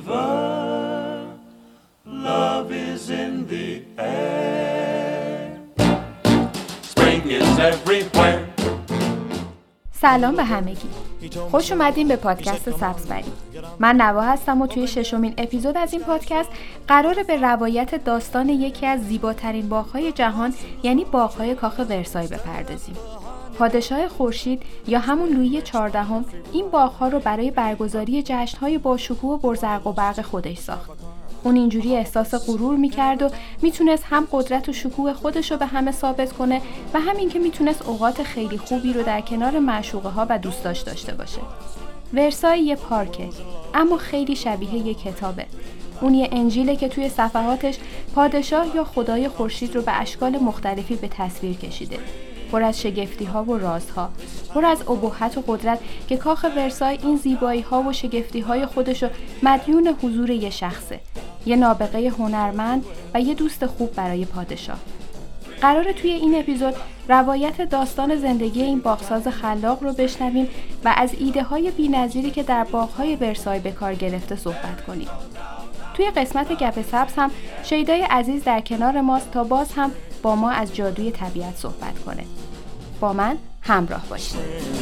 river, love is in the air, spring is everywhere. سلام به همگی. خوش اومدین به پادکست سبزبری. من نوا هستم و توی 6مین اپیزود از این پادکست قراره به روایت داستان یکی از زیباترین باغ‌های جهان یعنی باغ‌های کاخ ورسای بپردازیم. پادشاه خورشید یا همون لویی 14 این باغ‌ها رو برای برگزاری جشن‌های باشکوه و پرزرق و برق خودش ساخت. اون اینجوری احساس غرور میکرد و میتونست هم قدرت و شکوه خودش رو به همه ثابت کنه و همین که میتونست اوقات خیلی خوبی رو در کنار معشوقه ها و دوستاش داشته باشه. ورسای یه پارکه، اما خیلی شبیه یه کتابه. اون یه انجیله که توی صفحاتش پادشاه یا خدای خورشید رو به اشکال مختلفی به تصویر کشیده. پر از شگفتی‌ها و رازها، پر از ابهت و قدرت که کاخ ورسای این زیبایی‌ها و شگفتی‌های خودشو مدیون حضور یه شخصه، یه نابغه هنرمند و یه دوست خوب برای پادشاه. قراره توی این اپیزود روایت داستان زندگی این باغساز خلاق رو بشنویم و از ایده‌های بی‌نظیری که در باغ‌های ورسای به کار گرفته صحبت کنیم. توی قسمت گپ سبز هم شیدای عزیز در کنار ماست تا باز هم با ما از جادوی طبیعت صحبت کنه. با من همراه باشید.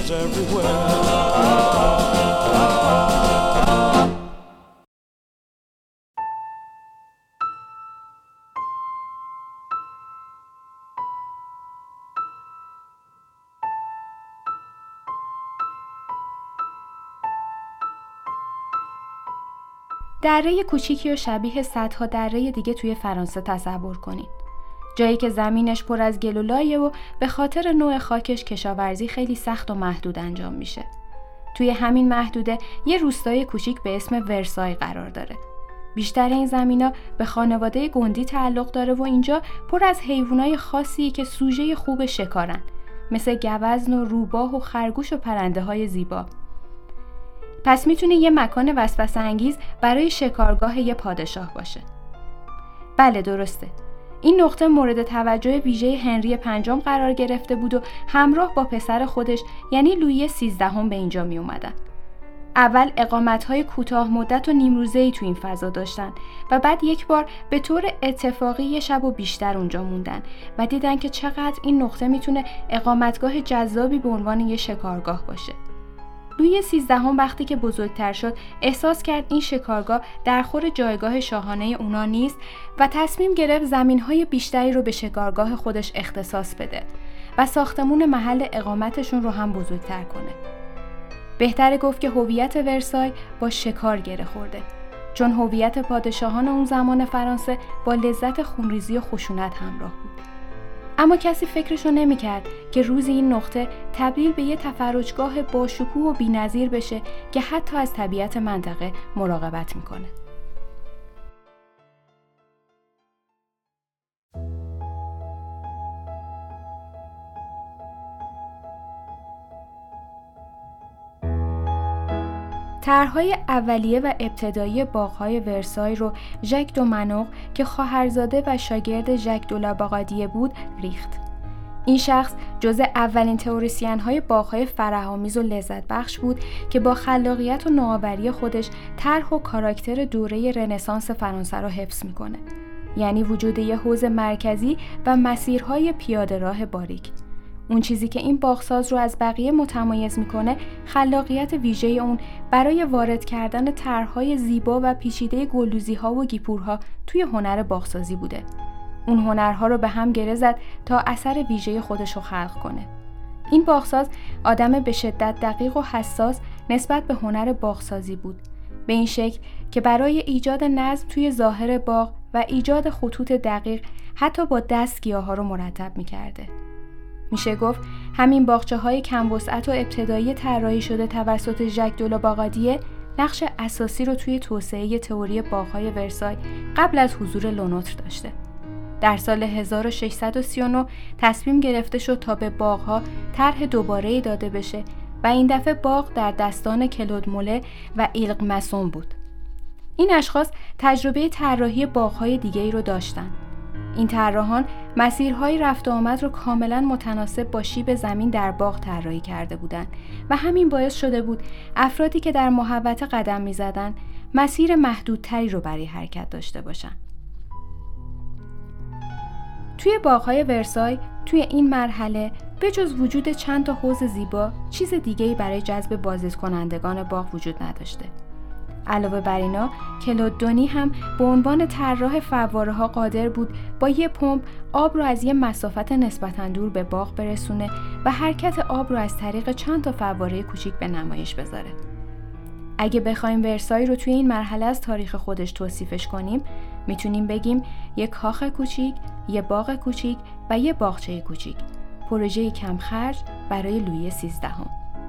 دره کوچیکی و شبیه صدها دره دیگه توی فرانسه تصور کنید. جایی که زمینش پر از گل و لایه و به خاطر نوع خاکش کشاورزی خیلی سخت و محدود انجام میشه. توی همین محدوده یه روستای کوچیک به اسم ورسای قرار داره. بیشتر این زمینا به خانواده گندی تعلق داره و اینجا پر از حیوانای خاصی که سوژه خوب شکارن، مثل گوزن و روباه و خرگوش و پرنده‌های زیبا. پس میتونه یه مکان وسوسه انگیز برای شکارگاه یه پادشاه باشه. بله درسته. این نقطه مورد توجه ویژه هنری پنجم قرار گرفته بود و همراه با پسر خودش یعنی لویی 13 به اینجا می اومدن. اول اقامت‌های کوتاه مدت و نیم روزه‌ای تو این فضا داشتن و بعد یک بار به طور اتفاقی یه شب و بیشتر اونجا موندن و دیدن که چقدر این نقطه میتونه اقامتگاه جذابی به عنوان یه شکارگاه باشه. لویی 13 وقتی که بزرگتر شد احساس کرد این شکارگاه در خور جایگاه شاهانه اونا نیست و تصمیم گرفت زمین‌های بیشتری رو به شکارگاه خودش اختصاص بده و ساختمون محل اقامتشون رو هم بزرگتر کنه. بهتره گفت که هویت ورسای با شکار گره خورده، چون هویت پادشاهان اون زمان فرانسه با لذت خونریزی و خشونت همراه بود. اما کسی فکرشو نمی‌کرد که روزی این نقطه تبدیل به یه تفرجگاه باشکوه و بی‌نظیر بشه که حتی از طبیعت منطقه مراقبت میکنه. طرح‌های اولیه و ابتدایی باغ‌های ورسای رو ژاک دو منوق که خواهرزاده و شاگرد ژاک دو لاباقادیه بود ریخت. این شخص جزء اولین تئوریسین‌های باغ‌های فرح‌آمیز و لذت بخش بود که با خلاقیت و نوآوری خودش طرح و کاراکتر دوره رنسانس فرانسه رو حفظ می‌کنه. یعنی وجود یه حوض مرکزی و مسیرهای پیاده راه باریک. اون چیزی که این باغساز رو از بقیه متمایز میکنه خلاقیت ویژه اون برای وارد کردن طرح‌های زیبا و پیچیده گلدوزی‌ها و گیپورها توی هنر باغسازی بوده. اون هنرها رو به هم گره زد تا اثر ویژه خودش رو خلق کنه. این باغساز آدم به شدت دقیق و حساس نسبت به هنر باغسازی بود، به این شکل که برای ایجاد نظم توی ظاهر باغ و ایجاد خطوط دقیق حتی با دست گیاها رو مرتب می‌کرده. میشه گفت همین باغچه‌های کم وسعت و ابتدایی طراحی شده توسط ژاک دو لاباقادیه نقش اساسی رو توی توسعه تئوری باغ‌های ورسای قبل از حضور لونوتر داشته. در سال 1639 تصمیم گرفته شد تا به باغ‌ها طرح دوباره‌ای داده بشه و این دفعه باغ در دستان کلود موله و ایلق مسون بود. این اشخاص تجربه طراحی باغ‌های دیگه‌ای رو داشتن. این طراحان مسیرهای رفت و آمد رو کاملا متناسب با شیب زمین در باغ طراحی کرده بودند و همین باعث شده بود افرادی که در محوطه قدم می‌زدند مسیر محدودتری رو برای حرکت داشته باشن. توی باغ‌های ورسای توی این مرحله به جز وجود چند تا حوض زیبا چیز دیگه‌ای برای جذب بازدید کنندگان باغ وجود نداشته. علاوه بر اینا کلود دونی هم به عنوان طراح فواره‌ها قادر بود با یه پمپ آب رو از یه مسافت نسبتاً دور به باغ برسونه و حرکت آب رو از طریق چند تا فواره کوچیک به نمایش بذاره. اگه بخوایم ورسای رو توی این مرحله از تاریخ خودش توصیفش کنیم، میتونیم بگیم یک کاخ کوچیک، یه باغ کوچیک و یه باغچه کوچیک. پروژه کم خرج برای لویی 13.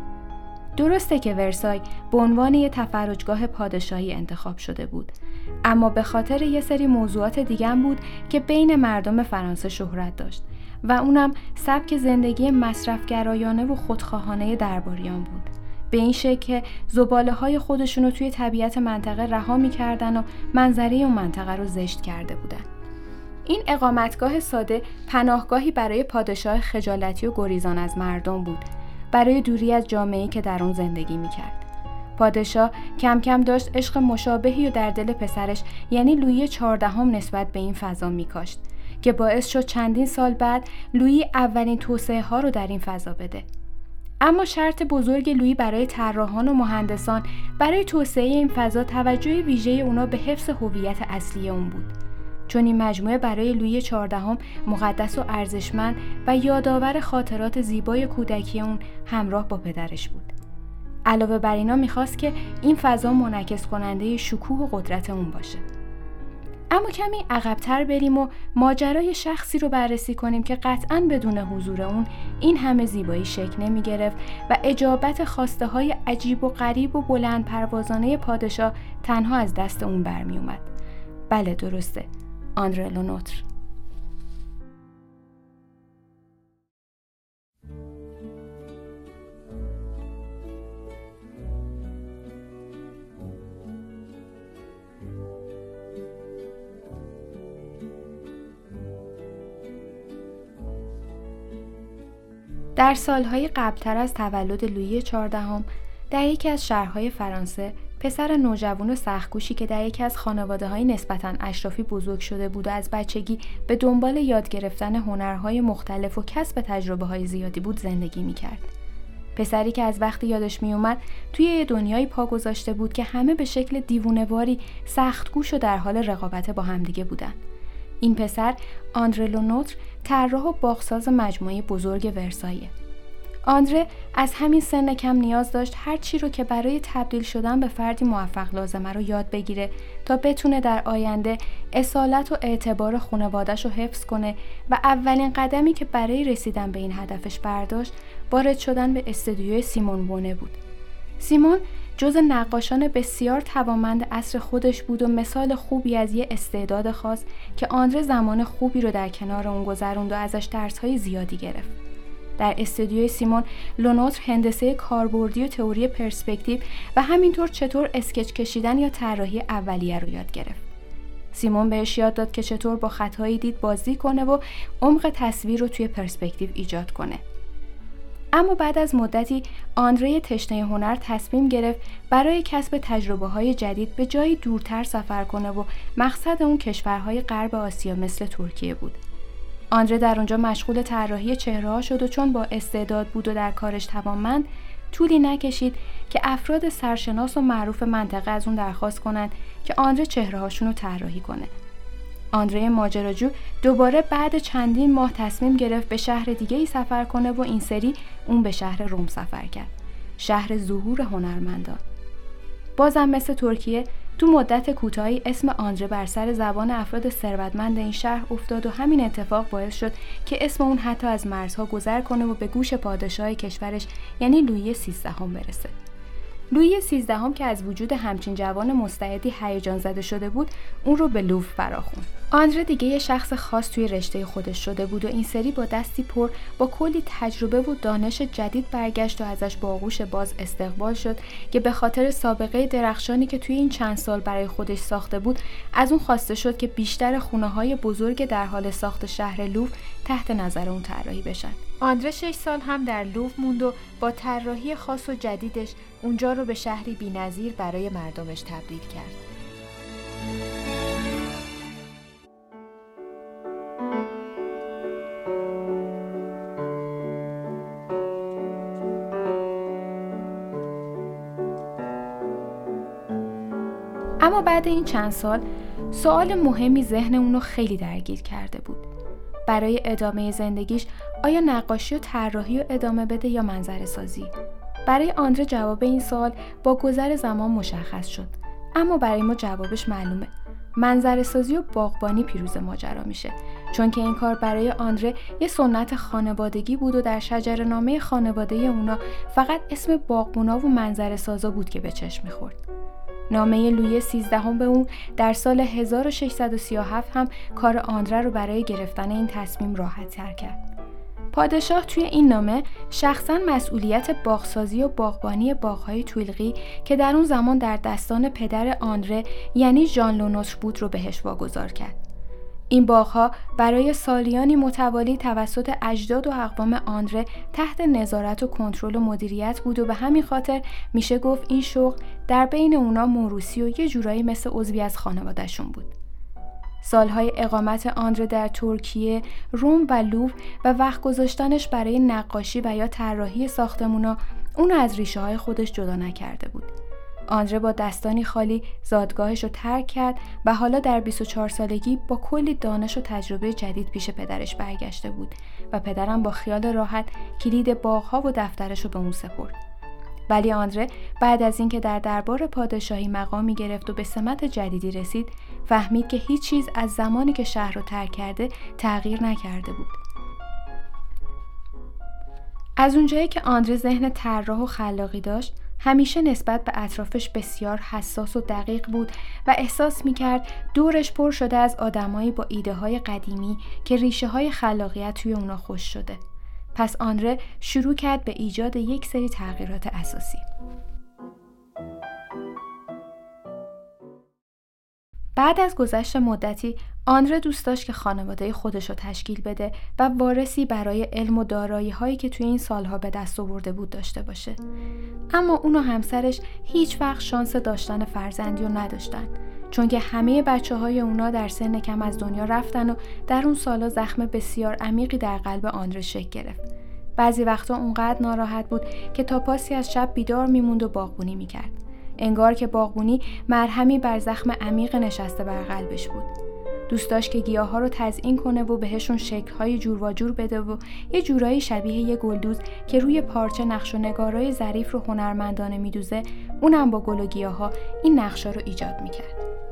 درسته که ورسای به عنوان یه تفرجگاه پادشاهی انتخاب شده بود، اما به خاطر یه سری موضوعات دیگه هم بود که بین مردم فرانسه شهرت داشت و اونم سبک زندگی مصرفگرایانه و خودخواهانه درباریان بود. به این شکل که زباله‌های خودشون رو توی طبیعت منطقه رها می‌کردن و منظره اون منطقه رو زشت کرده بودن. این اقامتگاه ساده پناهگاهی برای پادشاه خجالتی و گریزان از مردم بود، برای دوری از جامعه‌ای که در اون زندگی می‌کرد. پادشاه کم کم داشت عشق مشابهی و در دل پسرش یعنی لویی 14 نسبت به این فضا می‌کاشت که باعث شد چندین سال بعد لویی اولین توسعه‌ها رو در این فضا بده. اما شرط بزرگ لویی برای طراحان و مهندسان برای توسعه این فضا توجه ویژه اونا به حفظ هویت اصلی اون بود، چون این مجموعه برای لویی 14 مقدس و ارزشمند و یادآور خاطرات زیبای کودکی اون همراه با پدرش بود. علاوه بر اینا میخواست که این فضا منعکس کننده شکوه و قدرت اون باشه. اما کمی عقب‌تر بریم و ماجرای شخصی رو بررسی کنیم که قطعاً بدون حضور اون این همه زیبایی شکل نمی گرفت و اجابت خواسته های عجیب و غریب و بلند پروازانه پادشاه تنها از دست اون برمی اومد. بله درسته، آندره لونوتر. در سالهای قبلتر از تولد لویی 14 در یکی از شهرهای فرانسه پسر نوجوان و سخت‌کوشی که در یکی از خانواده‌های نسبتاً اشرافی بزرگ شده بود و از بچگی به دنبال یاد گرفتن هنرهای مختلف و کسب تجربه‌های زیادی بود زندگی می‌کرد. پسری که از وقتی یادش میومد توی یه دنیای پا گذاشته بود که همه به شکل دیوونه‌واری سخت‌کوش و در حال رقابت با همدیگه بودن. این پسر آندره لونوتر طراح و باغساز مجموعه بزرگ ورسایه. آندره از همین سن کم نیاز داشت هر چی رو که برای تبدیل شدن به فردی موفق لازمه رو یاد بگیره تا بتونه در آینده اصالت و اعتبار خانواده‌اش رو حفظ کنه و اولین قدمی که برای رسیدن به این هدفش برداشت وارد شدن به استودیوی سیمون بونه بود. سیمون جز نقاشان بسیار توانمند عصر خودش بود و مثال خوبی از یه استعداد خاص که آندره زمان خوبی رو در کنار اون گذروند و ازش درس‌های زیادی گرفت. در استودیوی سیمون لونوتر هندسه کاربردی و تئوری پرسپکتیو و همینطور چطور اسکچ کشیدن یا طراحی اولیه رو یاد گرفت. سیمون بهش یاد داد که چطور با خطای دید بازی کنه و عمق تصویر رو توی پرسپکتیو ایجاد کنه. اما بعد از مدتی آندره تشنه هنر تصمیم گرفت برای کسب تجربه‌های جدید به جایی دورتر سفر کنه و مقصد اون کشورهای غرب آسیا مثل ترکیه بود. آندره در اونجا مشغول طراحی چهره‌ها شد و چون با استعداد بود و در کارش توانمند، طولی نکشید که افراد سرشناس و معروف منطقه از اون درخواست کنند که آندره چهره‌هاشون رو طراحی کنه. آندره ماجراجو دوباره بعد چندین ماه تصمیم گرفت به شهر دیگه‌ای سفر کنه و این سری اون به شهر روم سفر کرد، شهر ظهور هنرمندان. بازم مثل ترکیه تو مدت کوتاهی اسم آندره بر سر زبان افراد ثروتمند این شهر افتاد و همین اتفاق باعث شد که اسم اون حتی از مرزها گذر کنه و به گوش پادشاه کشورش یعنی لویی 13 برسه. لویی 13 که از وجود همچین جوان مستعدی هیجان زده شده بود، اون رو به لوور فراخوند. آندره دیگه یه شخص خاص توی رشته خودش شده بود و این سری با دستی پر با کلی تجربه و دانش جدید برگشت و ازش با آغوش باز استقبال شد که به خاطر سابقه درخشانی که توی این چند سال برای خودش ساخته بود، از اون خواسته شد که بیشتر خونه‌های بزرگ در حال ساخت شهر لوور تحت نظر اون طراحی بشن. آندره 6 سال هم در لوور موند و با طراحی خاص و جدیدش اونجا رو به شهری بی‌نظیر برای مردمش تبدیل کرد. اما بعد این چند سال سوال مهمی ذهن اونو خیلی درگیر کرده بود. برای ادامه زندگیش آیا نقاشی و طراحی رو ادامه بده یا منظره سازی؟ برای آندره جواب این سوال با گذر زمان مشخص شد. اما برای ما جوابش معلومه. منظره سازی و باغبانی پیروز ماجرا میشه، چون که این کار برای آندره یه سنت خانوادگی بود و در شجره‌نامه خانواده اونا فقط اسم باغبونا و منظره سازا بود که به چشم می‌خورد. نامه لویی 13 به اون در سال 1637 هم کار آندره رو برای گرفتن این تصمیم راحت‌تر کرد. پادشاه توی این نامه شخصاً مسئولیت باغسازی و باغبانی باغ‌های تویلقی که در اون زمان در دستان پدر آندره یعنی ژان لونوتر بود رو بهش واگذار کرد. این باغ‌ها برای سالیانی متوالی توسط اجداد و اقوام آندره تحت نظارت و کنترل و مدیریت بود و به همین خاطر میشه گفت این شغل در بین اونا موروثی و یه جورایی مثل عضوی از خانواده‌شون بود. سالهای اقامت آندره در ترکیه، روم و لوور و وقت گذاشتنش برای نقاشی و یا طراحی ساختمونا اون از ریشه‌های خودش جدا نکرده بود. آندره با دستانی خالی زادگاهش رو ترک کرد و حالا در 24 سالگی با کلی دانش و تجربه جدید پیش پدرش برگشته بود و پدرم با خیال راحت کلید باغ‌ها و دفترش رو به اون سپرد. ولی آندره بعد از اینکه در دربار پادشاهی مقامی گرفت و به سمت جدیدی رسید، فهمید که هیچ چیز از زمانی که شهر رو ترک کرده تغییر نکرده بود. از اونجایی که آندره ذهن طراح و خلاقی داشت، همیشه نسبت به اطرافش بسیار حساس و دقیق بود و احساس می‌کرد دورش پر شده از آدمایی با ایده‌های قدیمی که ریشه‌های خلاقیت توی اونا خوش شده. پس آندره شروع کرد به ایجاد یک سری تغییرات اساسی. بعد از گذشت مدتی آندره دوست داشت که خانواده خودش رو تشکیل بده و وارثی برای علم و دارایی‌هایی که توی این سالها به دست آورده بود داشته باشه. اما اون و همسرش هیچ وقت شانس داشتن فرزندی رو نداشتن، چون که همه بچه‌های اونا در سن کم از دنیا رفتن و در اون سالا زخم بسیار عمیقی در قلب آندره شکل گرفت. بعضی وقتا اونقدر ناراحت بود که تا پاسی از شب بیدار میموند و باغبونی میکرد. انگار که باغبونی مرهمی بر زخم عمیق نشسته بر قلبش بود. دوست داشت که گیاها رو تزیین کنه و بهشون شکل‌های جور و جور بده و یه جورایی شبیه یه گلدوز که روی پارچه نقش و نگارای ظریف رو هنرمندانه میدوزه، اونم با گل و گیاها این نقشا رو ایجاد میکرد.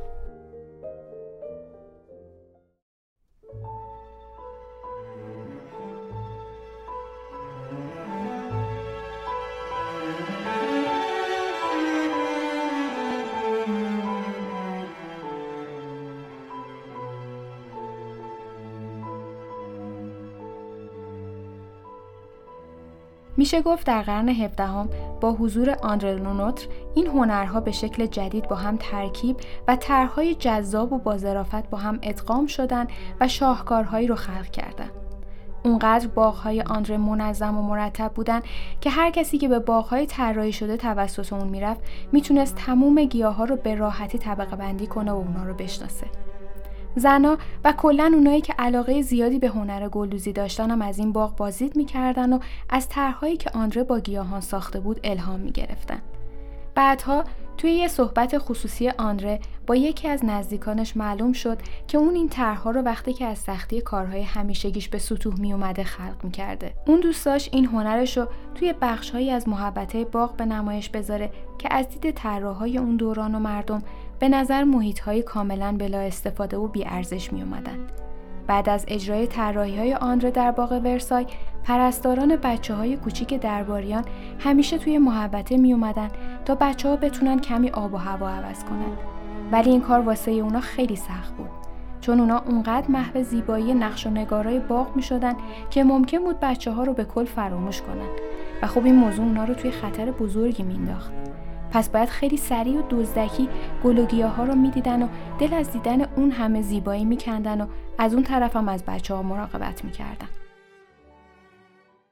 میشه گفت در قرن 17 با حضور آندره لونوتر این هنرها به شکل جدید با هم ترکیب و طرح‌های جذاب و با ظرافت با هم ادغام شدن و شاهکارهایی رو خلق کردن. اونقدر باغ‌های آندره منظم و مرتب بودن که هر کسی که به باغ‌های طراحی شده توسط اون میرفت میتونست تمام گیاها رو به راحتی طبقه بندی کنه و اونا رو بشناسه. زنا و کلاً اونایی که علاقه زیادی به هنر گلدوزی داشتن هم از این باغ بازدید می‌کردن و از طرح‌هایی که آندره با گیاهان ساخته بود الهام می‌گرفتن. بعدها توی یه صحبت خصوصی آندره با یکی از نزدیکانش معلوم شد که اون این طرح‌ها رو وقتی که از سختی کارهای همیشگیش به سطوح میومده خلق می‌کرده. اون دوست داشت این هنرش رو توی بخش‌هایی از محوطه باغ به نمایش بذاره که از دید طراح‌های اون دوران و مردم به نظر محیط‌های کاملاً بلا استفاده و بی‌ارزش میومدن. بعد از اجرای طراحی‌های آندره در باغ ورسای، پرستاران بچه‌های کوچیک درباریان همیشه توی محوطه میومدن تا بچه‌ها بتونن کمی آب و هوا عوض کنن. ولی این کار واسه اونا خیلی سخت بود، چون اونا اونقدر محو زیبایی نقش و نگارای باغ میشدن که ممکن بود بچه‌ها رو به کل فراموش کنن و خب این موضوع اونا رو توی خطر بزرگی مینداخت. پس باید خیلی سریع و دزدکی گل و گیاها رو میدیدن و دل از دیدن اون همه زیبایی میکندن و از اون طرف هم از بچه‌ها مراقبت میکردن.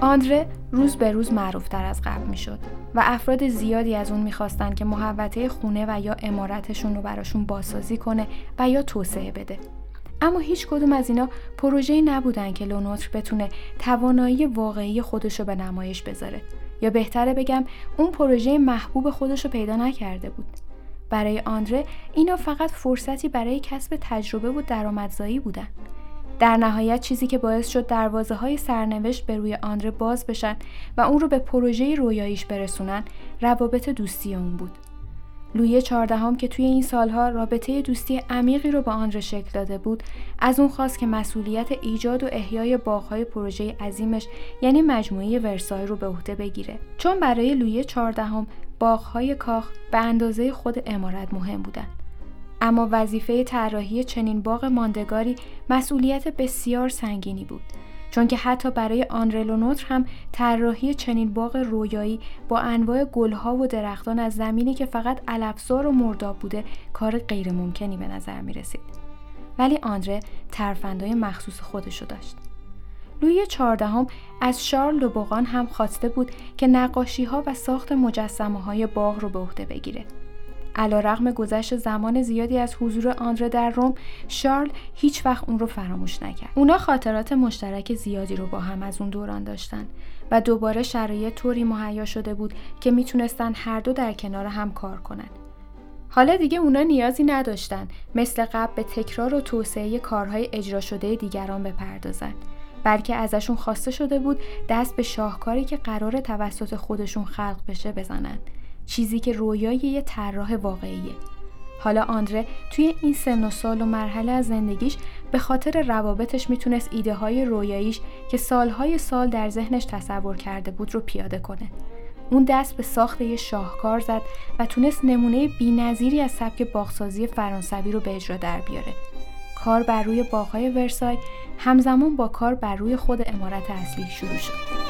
آندره روز به روز معروفتر از قبل میشد و افراد زیادی از اون میخواستن که محوطه خونه و یا عمارتشون رو براشون بازسازی کنه و یا توسعه بده. اما هیچ کدوم از اینا پروژه‌ای نبودن که لونوتر بتونه توانایی واقعی خودش رو به نمایش بذاره، یا بهتره بگم اون پروژه محبوب خودش رو پیدا نکرده بود. برای آندره اینا فقط فرصتی برای کسب تجربه و درآمدزایی بودن. در نهایت چیزی که باعث شد دروازه‌های سرنوشت به روی آندره باز بشن و اون رو به پروژه رویاییش برسونن، روابط دوستی اون بود. لویی 14 که توی این سالها رابطه دوستی عمیقی رو با آندره شکل داده بود، از اون خواست که مسئولیت ایجاد و احیای باغ‌های پروژه عظیمش یعنی مجموعه ورسای رو به عهده بگیره. چون برای لویی 14 باغ‌های کاخ به اندازه خود عمارت مهم بودن. اما وظیفه طراحی چنین باغ ماندگاری مسئولیت بسیار سنگینی بود، چون که حتی برای آندره لونوتر هم طراحی چنین باغ رویایی با انواع گلها و درختان از زمینی که فقط علفزار و مرداب بوده کار غیر ممکنی به نظر می رسید. ولی آندره ترفندهای مخصوص خودشو داشت. لویی 14 از شارل لوبوغان هم خواسته بود که نقاشی‌ها و ساخت مجسمه‌های باغ رو به عهده بگیره. علیرغم گذشت زمان زیادی از حضور آندره در روم، شارل هیچ وقت اون رو فراموش نکرد. اونا خاطرات مشترک زیادی رو با هم از اون دوران داشتن و دوباره شرایط طوری مهیا شده بود که میتونستن هر دو در کنار هم کار کنن. حالا دیگه اونا نیازی نداشتن مثل قبل به تکرار و توسعه کارهای اجرا شده دیگران بپردازن، بلکه ازشون خواسته شده بود دست به شاهکاری که قرار توسط خودشون خلق بشه بزنن، چیزی که رویای یه طراح واقعیه. حالا آندره توی این سن و سال و مرحله از زندگیش به خاطر روابطش میتونست ایده های رویاییش که سالهای سال در ذهنش تصور کرده بود رو پیاده کنه. اون دست به ساخت یه شاهکار زد و تونست نمونه بی‌نظیری از سبک باغسازی فرانسوی رو به اجرا در بیاره. کار بر روی باغ‌های ورسای همزمان با کار بر روی خود عمارت اصلی شروع شد.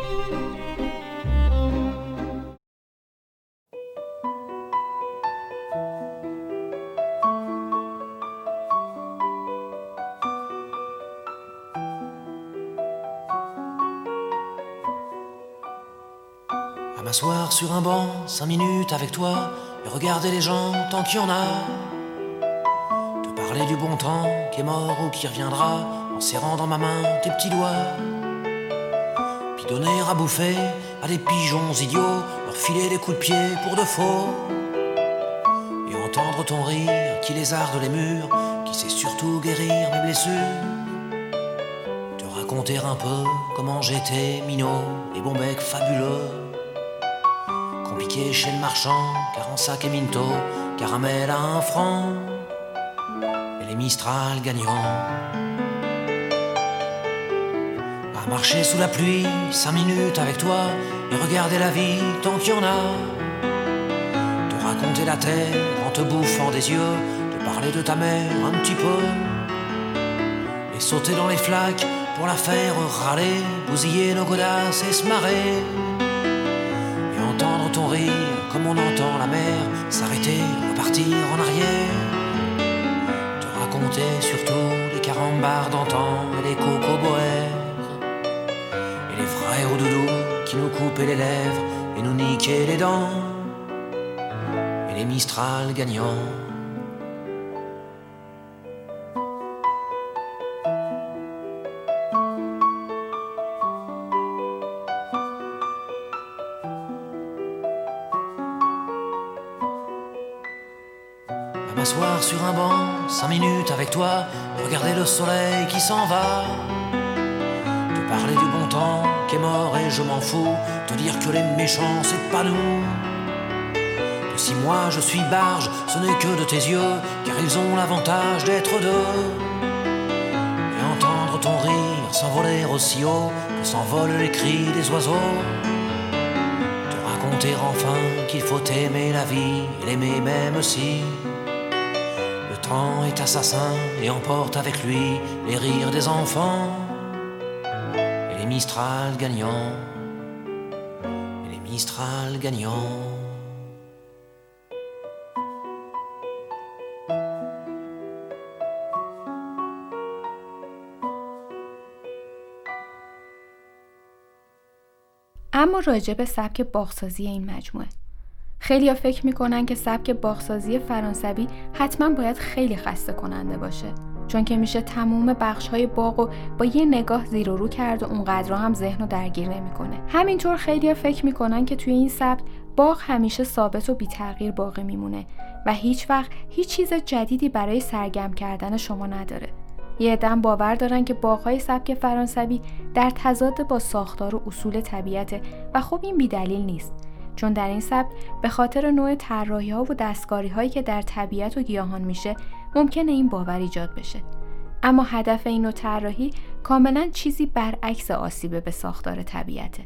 M'asseoir sur un banc, 5 minutes avec toi, et regarder les gens tant qu'il y en a. Te parler du bon temps qui est mort ou qui reviendra, en serrant dans ma main tes petits doigts. Puis donner à bouffer à des pigeons idiots, leur filer des coups de pied pour de faux. Et entendre ton rire qui lézarde les murs, qui sait surtout guérir mes blessures. Te raconter un peu comment j'étais minot et bon bec fabuleux. Piqué chez le marchand, car en sac et minto, caramel à 1 franc, et les Mistral gagnants. À marcher sous la pluie, 5 minutes avec toi, et regarder la vie tant qu'il y en a. Te raconter la terre en te bouffant des yeux, te parler de ta mère un petit peu, et sauter dans les flaques pour la faire râler, bousiller nos godasses et se marrer. Entendre ton rire comme on entend la mer s'arrêter, repartir en arrière. Te raconter surtout les carambars d'antan et les cocoboères, et les frères au doudou qui nous coupaient les lèvres et nous niquaient les dents, et les Mistral gagnants. M'asseoir sur un banc, 5 minutes avec toi, et regarder le soleil qui s'en va. Te parler du bon temps qui est mort et je m'en fous, te dire que les méchants c'est pas nous. Que si moi je suis barge, ce n'est que de tes yeux, car ils ont l'avantage d'être deux. Et entendre ton rire s'envoler aussi haut que s'envolent les cris des oiseaux. Te raconter enfin qu'il faut aimer la vie et l'aimer même si le temps est assassin et emporte avec lui les rires des enfants, et les Mistral gagnants, et les Mistral gagnants. اما راجع به سبک باغسازی این مجموعه، خیلی‌ها فکر میکنن که سبک باغسازی فرانسوی حتما باید خیلی خسته کننده باشه، چون که میشه تمام بخش‌های باغو با یه نگاه زیر و رو کرد و اونقدر هم ذهنو درگیر نمیکنه. همینطور خیلی‌ها فکر میکنن که توی این سبک باغ همیشه ثابت و بی‌تغییر باقی میمونه و هیچ وقت هیچ چیز جدیدی برای سرگرم کردن شما نداره. یه عده‌ام باور دارن که باغ‌های سبک فرانسوی در تضاد با ساختار و اصول طبیعته و خب این بی‌دلیل نیست، چون در این سبک به خاطر نوع طراحی‌ها و دستکاری‌هایی که در طبیعت و گیاهان میشه ممکنه این باور ایجاد بشه. اما هدف این نوع طراحی کاملاً چیزی برعکس آسیب به ساختار طبیعته.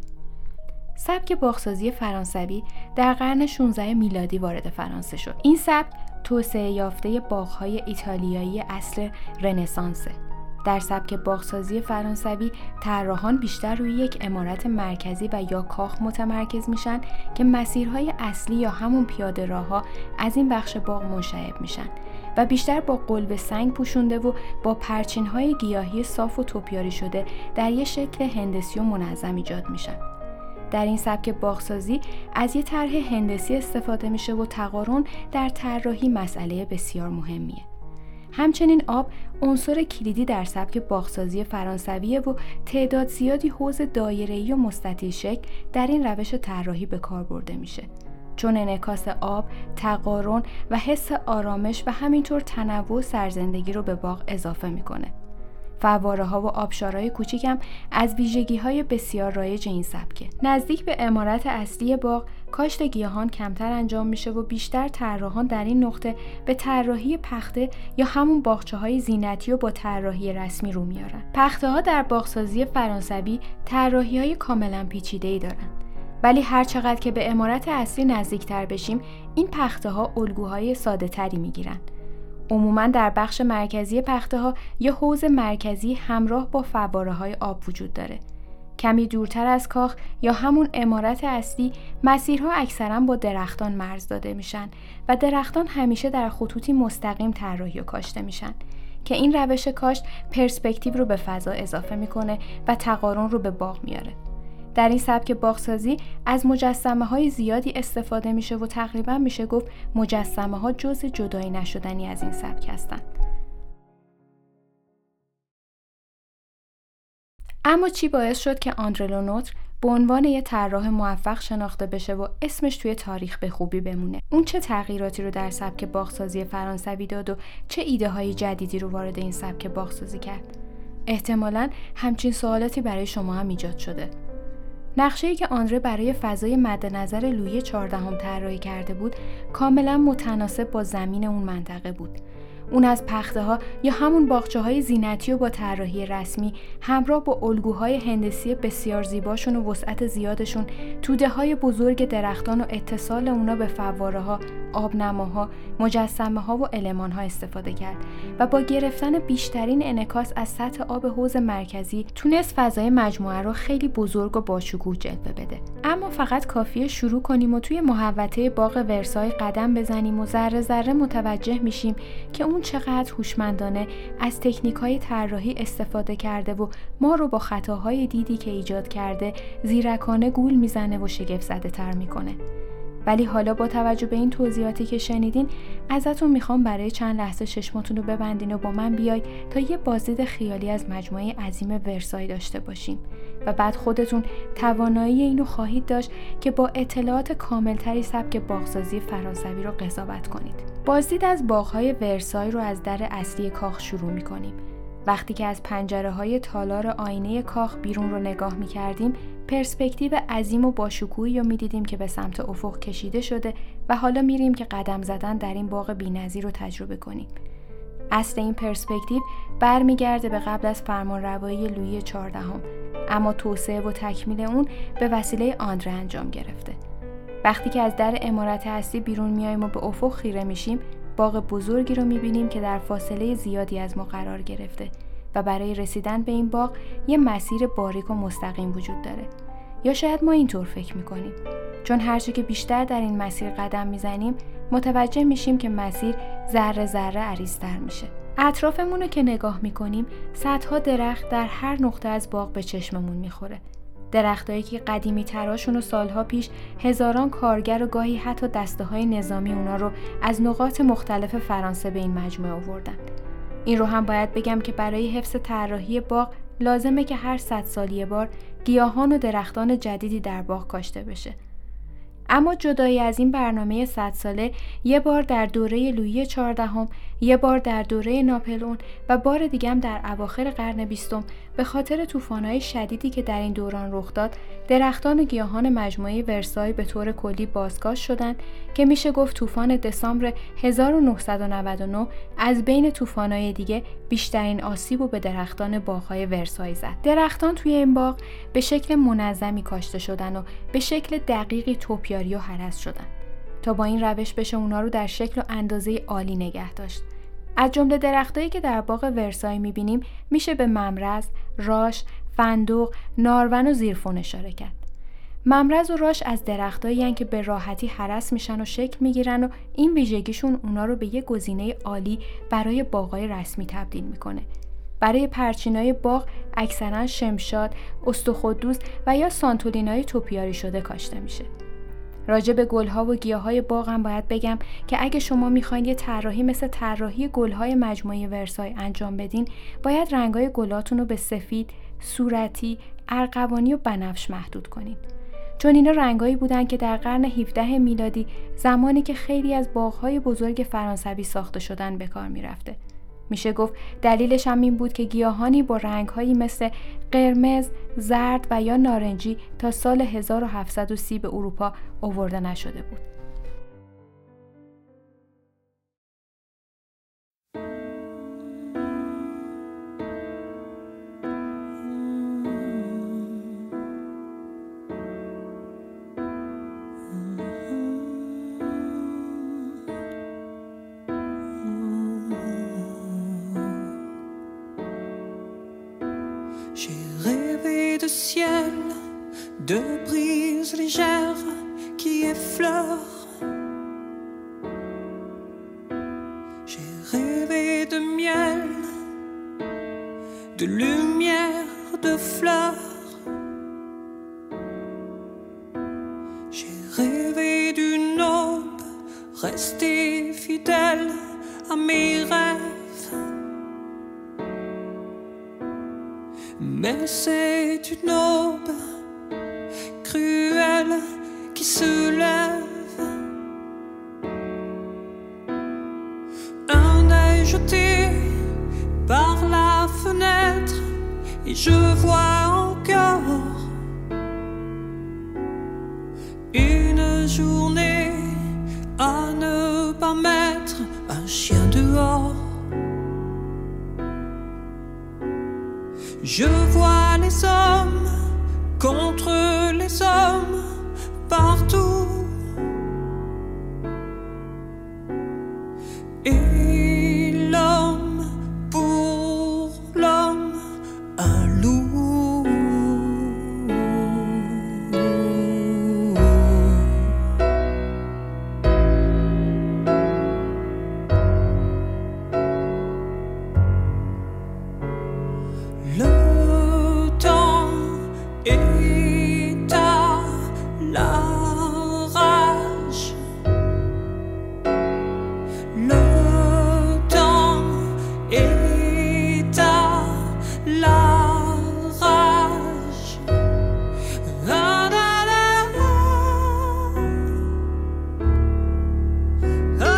سبک باغسازی فرانسوی در قرن 16 میلادی وارد فرانسه شد. این سبک توسعه یافته باغ‌های ایتالیایی اصل رنسانسه. در سبک باغسازی فرانسوی طراحان بیشتر روی یک عمارت مرکزی و یا کاخ متمرکز میشن که مسیرهای اصلی یا همون پیاده راه‌ها از این بخش باغ منشعب میشن و بیشتر با قلب سنگ پوشونده و با پرچین‌های گیاهی صاف و توپیاری شده در یک شکل هندسی و منظم ایجاد میشن. در این سبک باغسازی از یک طرح هندسی استفاده میشه و تقارن در طراحی مسئله بسیار مهمیه. همچنین آب عنصر کلیدی در سبک باغسازی فرانسویه و تعداد زیادی حوض دایره‌ای و مستطیل شکل در این روش طراحی به کار برده میشه، چون انعکاس آب، تقارن و حس آرامش و همینطور تنوع سرزندگی رو به باغ اضافه میکنه. فواره‌ها و آبشارهای کوچیک هم از ویژگی‌های بسیار رایج این سبکه. نزدیک به عمارت اصلی باغ کاشت گیاهان کمتر انجام میشه و بیشتر طراحان در این نقطه به طراحی پخته یا همون باغچه‌های زینتی و با طراحی رسمی رو میارن. پخته‌ها در باغسازی فرانسوی طراحی‌های کاملاً پیچیده‌ای دارن. ولی هر چقدر که به عمارت اصلی نزدیکتر بشیم، این پخته‌ها الگوهای ساده‌تری میگیرن. عموماً در بخش مرکزی پخته‌ها یه حوض مرکزی همراه با فواره‌های آب وجود داره. کمی دورتر از کاخ یا همون عمارت اصلی مسیرها اکثراً با درختان مرز داده میشن و درختان همیشه در خطوطی مستقیم طراحی و کاشته میشن که این روش کاشت پرسپکتیو رو به فضا اضافه میکنه و تقارن رو به باغ میاره. در این سبک باغسازی از مجسمه‌های زیادی استفاده میشه و تقریباً میشه گفت مجسمه‌ها جزء جدایی نشدنی از این سبک هستن. اما چی باعث شد که آندره لونوتر به عنوان یه طراح موفق شناخته بشه و اسمش توی تاریخ به خوبی بمونه؟ اون چه تغییراتی رو در سبک باغسازی فرانسوی داد و چه ایده‌های جدیدی رو وارد این سبک باغسازی کرد؟ احتمالاً همچین سوالاتی برای شما هم ایجاد شده. نقشه‌ای که آندره برای فضای مد نظر لویی 14 طراحی کرده بود کاملا متناسب با زمین اون منطقه بود. اون از پخته‌ها یا همون باغچه‌های زینتی و با طراحی رسمی همراه با الگوهای هندسی بسیار زیباشون و وسعت زیادشون، توده‌های بزرگ درختان و اتصال اونا به فواره‌ها، آبنماها، مجسمه‌ها و المان‌ها استفاده کرد و با گرفتن بیشترین انعکاس از سطح آب حوض مرکزی تونست فضای مجموعه رو خیلی بزرگ و باشکوه جلوه بده. اما فقط کافیه شروع کنیم و توی محوطه باغ ورسای قدم بزنیم و ذره ذره متوجه میشیم که اون چقدر هوشمندانه از تکنیک‌های طراحی استفاده کرده و ما رو با خطاهای دیدی که ایجاد کرده زیرکانه گول میزنه و شگفت‌زده‌تر میکنه. ولی حالا با توجه به این توضیحاتی که شنیدین ازتون میخوام برای چند لحظه چشماتون رو ببندین و با من بیاید تا یه بازدید خیالی از مجموعه عظیم ورسای داشته باشیم و بعد خودتون توانایی اینو خواهید داشت که با اطلاعات کاملتری سبک باغسازی فرانسوی رو قضاوت کنید. بازدید از باغ‌های ورسای رو از در اصلی کاخ شروع می‌کنیم. وقتی که از پنجره‌های تالار آینه کاخ بیرون رو نگاه می‌کردیم، پرسپکتیو عظیم و باشکوهی رو می‌دیدیم که به سمت افق کشیده شده و حالا می‌ریم که قدم زدن در این باغ بی‌نظیر رو تجربه کنیم. اصل این پرسپکتیو برمیگرده به قبل از فرمانروایی لویی 14، اما توسعه و تکمیل اون به وسیله آندره انجام گرفته. وقتی که از در عمارت اصلی بیرون میایم و به افق خیره میشیم، باغ بزرگی رو میبینیم که در فاصله زیادی از ما قرار گرفته و برای رسیدن به این باغ یه مسیر باریک و مستقیم وجود داره. یا شاید ما اینطور فکر میکنیم، چون هرچی که بیشتر در این مسیر قدم میزنیم متوجه میشیم که مسیر ذره ذره عریض‌تر میشه. اطرافمون رو که نگاه میکنیم، صدها درخت در هر نقطه از باغ به چشممون میخوره. درختایی که قدیمی تراشون و سالها پیش هزاران کارگر و گاهی حتی دسته‌های نظامی اونا رو از نقاط مختلف فرانسه به این مجموعه آوردن. این رو هم باید بگم که برای حفظ طراحی باغ لازمه که هر 100 سال یه بار گیاهان و درختان جدیدی در باغ کاشته بشه. اما جدایی از این برنامه 100 ساله، یه بار در دوره لویی 14، یه بار در دوره ناپلئون و بار دیگه هم در اواخر قرن 20 به خاطر طوفان‌های شدیدی که در این دوران رخ داد، درختان و گیاهان مجموعه ورسای به طور کلی بازکاشت شدند که میشه گفت طوفان دسامبر 1999 از بین طوفان‌های دیگه بیشترین آسیب رو به درختان باغ‌های ورسای زد. درختان توی این باغ به شکل منظمی کاشته شدن و به شکل دقیقی توپیاری و هرس شدن تا با این روش بشه اونا رو در شکل و اندازه عالی نگه داشت. از جمله درختایی که در باغ ورسای می‌بینیم میشه به ممرز، راش، فندق، نارون و زیرفون اشاره کرد. ممرز و راش از درختایی هستند که به راحتی هرس میشن و شکل میگیرن و این ویژگیشون اونا رو به یه گزینه عالی برای باغ‌های رسمی تبدیل میکنه. برای پرچینای باغ اکثرا شمشاد، استخواددوست و یا سانتولینای توپیاری شده کاشته میشه. راجع به گل‌ها و گیاهای باغ هم باید بگم که اگه شما میخواین یه طراحی مثل طراحی گل‌های مجموعه ورسای انجام بدین، باید رنگ‌های گلاتون رو به سفید، صورتی، ارغوانی و بنفش محدود کنین. چون اینا رنگایی بودن که در قرن 17 میلادی، زمانی که خیلی از باغ‌های بزرگ فرانسوی ساخته شدن به کار میرفته. میشه گفت دلیلش هم این بود که گیاهانی با رنگ‌هایی مثل قرمز، زرد و یا نارنجی تا سال 1730 به اروپا آورده نشده بود. J'ai rêvé de ciel, de brise légère qui effleure. J'ai rêvé de miel, de lumière, de fleurs. J'ai rêvé d'une aube, restée fidèle à mes rêves. Mais c'est une aube cruelle qui se lève. Un œil jeté par la fenêtre et je vois encore une journée à ne pas mettre un chien dehors. Je vois les hommes contre les hommes partout. Et l'homme pour l'homme, un loup. Le temps est à la rage. Le temps est à la rage. Ah, da, da, ah,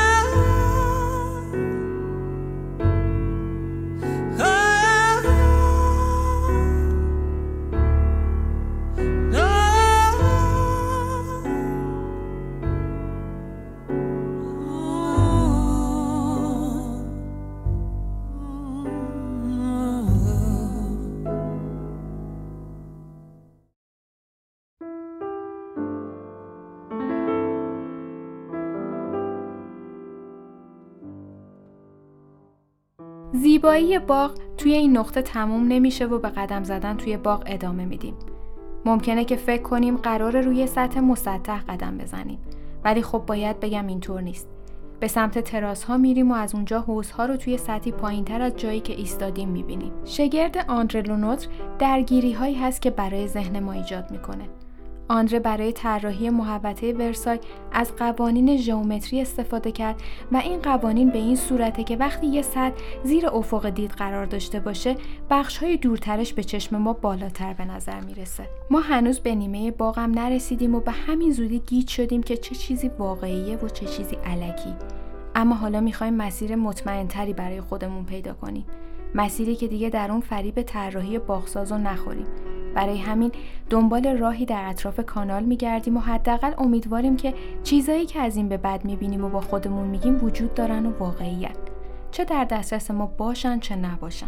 زیبایی باغ توی این نقطه تموم نمیشه و به قدم زدن توی باغ ادامه میدیم. ممکنه که فکر کنیم قراره روی سطح مسطح قدم بزنیم، ولی خب باید بگم اینطور نیست. به سمت تراس ها میریم و از اونجا حوضها رو توی سطحی پایین‌تر از جایی که ایستادیم میبینیم. شگرد آندره لونوتر درگیری هایی هست که برای ذهن ما ایجاد میکنه. آندره برای طراحی محوطه ورسای از قوانین ژئومتری استفاده کرد و این قوانین به این صورته که وقتی یه سطح زیر افق دید قرار داشته باشه، بخش‌های دورترش به چشم ما بالاتر به نظر میرسه. ما هنوز به نیمه باغم نرسیدیم و به همین زودی گیج شدیم که چه چیزی واقعیه و چه چیزی الکی. اما حالا می‌خوایم مسیر مطمئن‌تری برای خودمون پیدا کنیم. مسیری که دیگه در اون فریب طراحی باغسازو نخوریم. برای همین دنبال راهی در اطراف کانال میگردیم و حداقل امیدواریم که چیزایی که از این به بعد میبینیم و با خودمون میگیم وجود دارن و واقعی‌اند. چه در دسترس ما باشن چه نباشن.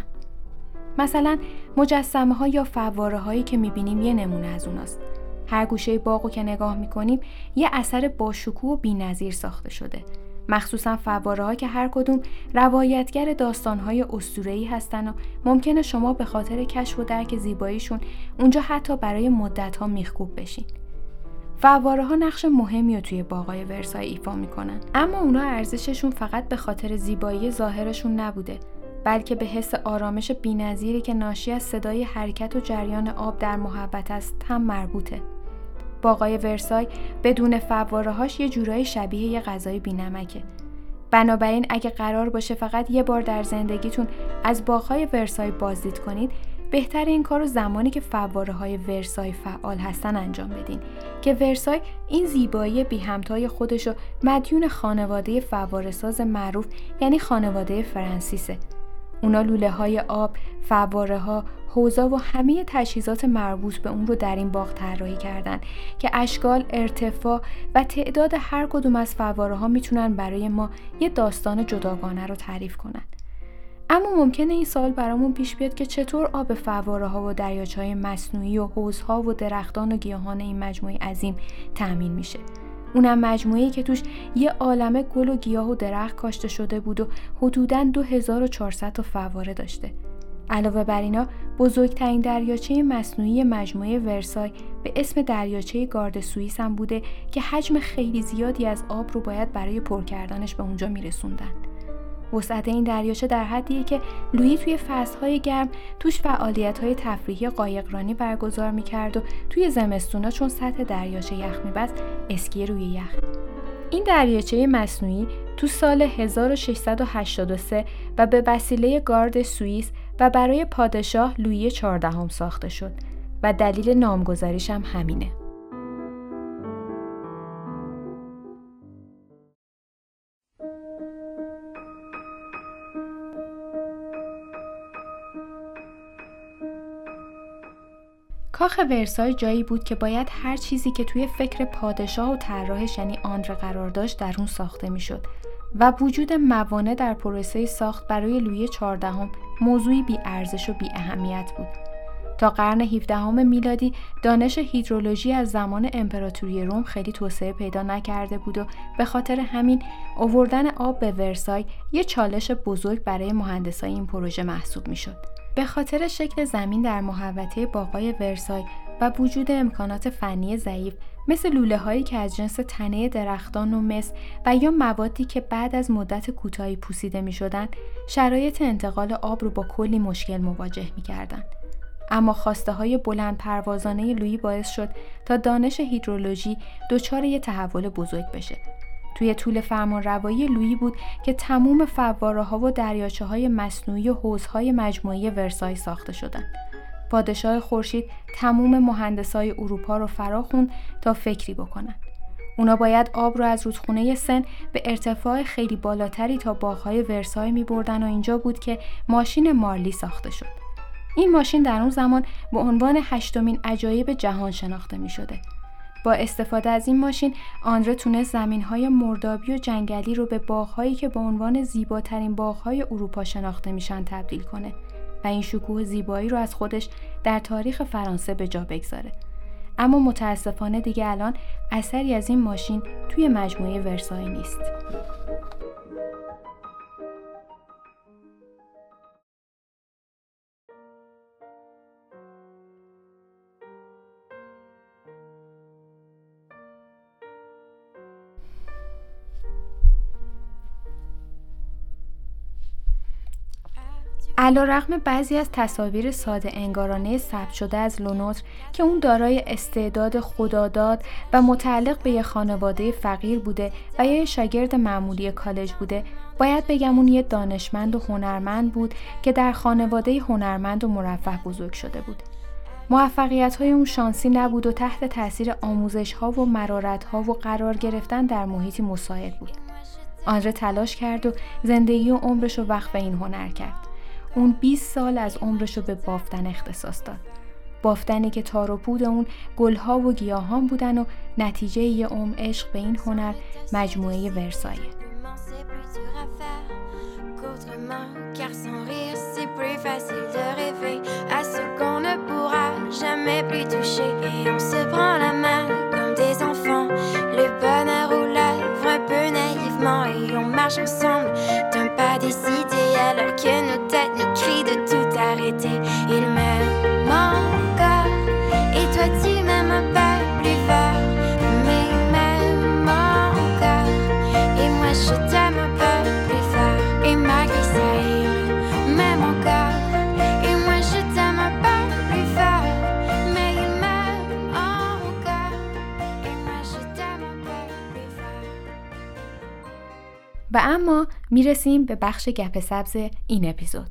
مثلا مجسمه‌ها یا فواره‌هایی که میبینیم یه نمونه از اوناست. هر گوشه باغو که نگاه میکنیم یه اثر باشکوه و بی‌نظیر ساخته شده. مخصوصا فواره‌ها که هر کدوم روایتگر داستان‌های اسطوره‌ای هستن و ممکنه شما به خاطر کشف و درک زیباییشون اونجا حتی برای مدت‌ها میخکوب بشین. فواره‌ها نقش مهمی رو توی باغ‌های ورسای ایفا میکنن، اما اونا ارزششون فقط به خاطر زیبایی ظاهرشون نبوده، بلکه به حس آرامش بی‌نظیری که ناشی از صدای حرکت و جریان آب در محوطه است هم مربوطه. باغ‌های ورسای بدون فواره‌هاش یه جورایی شبیه یه غذای بی‌نمکه. بنابراین اگه قرار باشه فقط یه بار در زندگیتون از باغ‌های ورسای بازدید کنید، بهتره این کارو زمانی که فواره‌های ورسای فعال هستن انجام بدین که ورسای این زیبایی بی همتای خودشو مدیون خانواده فواره‌ساز معروف یعنی خانواده فرانسیسه. اونا لوله‌های آب، فواره‌ها، حوضا و همه تجهیزات مربوط به اون رو در این باغ طراحی کردن که اشکال، ارتفاع و تعداد هر کدوم از فواره‌ها میتونن برای ما یه داستان جداگانه رو تعریف کنن. اما ممکنه این سوال برامون پیش بیاد که چطور آب فواره‌ها و دریاچه‌های مصنوعی و حوضها و درختان و گیاهان این مجموعه عظیم تأمین میشه. اونم مجموعه‌ای که توش یه عالمه گل و گیاه و درخت کاشته شده بود و حدوداً 2400 تا فواره داشته. علاوه بر اینا بزرگترین دریاچه مصنوعی مجموعه ورسای به اسم دریاچه گارد سوئیس هم بوده که حجم خیلی زیادی از آب رو باید برای پر کردنش به اونجا میرسوندن. وسعت این دریاچه در حدیه که لویی توی فصل‌های گرم توش فعالیت‌های تفریحی قایقرانی برگزار می‌کرد و توی زمستونا چون سطح دریاچه یخ می‌بست اسکی روی یخ. این دریاچه مصنوعی تو سال 1683 و به وسیله گارد سوئیس و برای پادشاه لویی 14 ساخته شد و دلیل نامگذاریش هم همینه. کاخ ورسای جایی بود که باید هر چیزی که توی فکر پادشاه و طراحش یعنی آندره قرار داشت در اون ساخته میشد و وجود موانع در پروسه ساخت برای لویی 14 موضوعی بی ارزش و بی اهمیت بود. تا قرن 17 میلادی دانش هیدرولوژی از زمان امپراتوری روم خیلی توسعه پیدا نکرده بود و به خاطر همین آوردن آب به ورسای یه چالش بزرگ برای مهندسای این پروژه محسوب میشد. به خاطر شکل زمین در محوطه باغ‌های ورسای و وجود امکانات فنی ضعیف مثل لوله‌هایی که از جنس تنه درختان و مس و یا موادی که بعد از مدت کوتاهی پوسیده می‌شدند، شرایط انتقال آب رو با کلی مشکل مواجه می‌کردند. اما خواسته‌های بلند پروازانه لویی باعث شد تا دانش هیدرولوژی دچار یک تحول بزرگ بشه. توی طول فرمانروایی لویی بود که تمام فواره‌ها و دریاچه‌های مصنوعی و حوض‌های مجموعه ورسای ساخته شدند. پادشاه خورشید تمام مهندسای اروپا رو فراخوند تا فکری بکنن. اونا باید آب رو از رودخونه سن به ارتفاع خیلی بالاتری تا باغ‌های ورسای می‌بردن و اینجا بود که ماشین مارلی ساخته شد. این ماشین در اون زمان به عنوان 8مین عجایب جهان شناخته می‌شده. با استفاده از این ماشین آندره تونست زمین‌های مردابی و جنگلی رو به باغ‌هایی که به عنوان زیباترین باغ‌های اروپا شناخته میشن تبدیل کنه و این شکوه زیبایی رو از خودش در تاریخ فرانسه به جا بگذاره. اما متاسفانه دیگه الان اثری از این ماشین توی مجموعه ورسای نیست. علیرغم بعضی از تصاویر ساده انگارانه ثبت شده از لونوتر که اون دارای استعداد خداداد و متعلق به یه خانواده فقیر بوده و یا شاگرد معمولی کالج بوده، باید بگم اون یه دانشمند و هنرمند بود که در خانواده هنرمند و مرفه بزرگ شده بود. موفقیت‌های اون شانسی نبود و تحت تاثیر آموزش‌ها و مرارت‌ها و قرار گرفتن در محیطی مساعد بود. آندره تلاش کرد و زندگی و عمرش رو وقف این هنر کرد. اون 20 سال از عمرش رو به بافتن اختصاص داد. بافتنی که تار و پود اون گلها و گیاهان بودن و نتیجه یه عمر عشق به این هنر مجموعه ورسایه. Ensemble d'un pas décidé alors que nos têtes nous crient de tout arrêter. Il m'aime encore et toi tu m'aimes un peu plus fort, mais il m'aime encore et moi je t'aime un peu plus fort. Et malgré ça il m'aime encore et moi je t'aime un peu plus fort, mais il m'aime encore et moi je t'aime un peu plus fort. و اما میرسیم به بخش گپ سبز این اپیزود.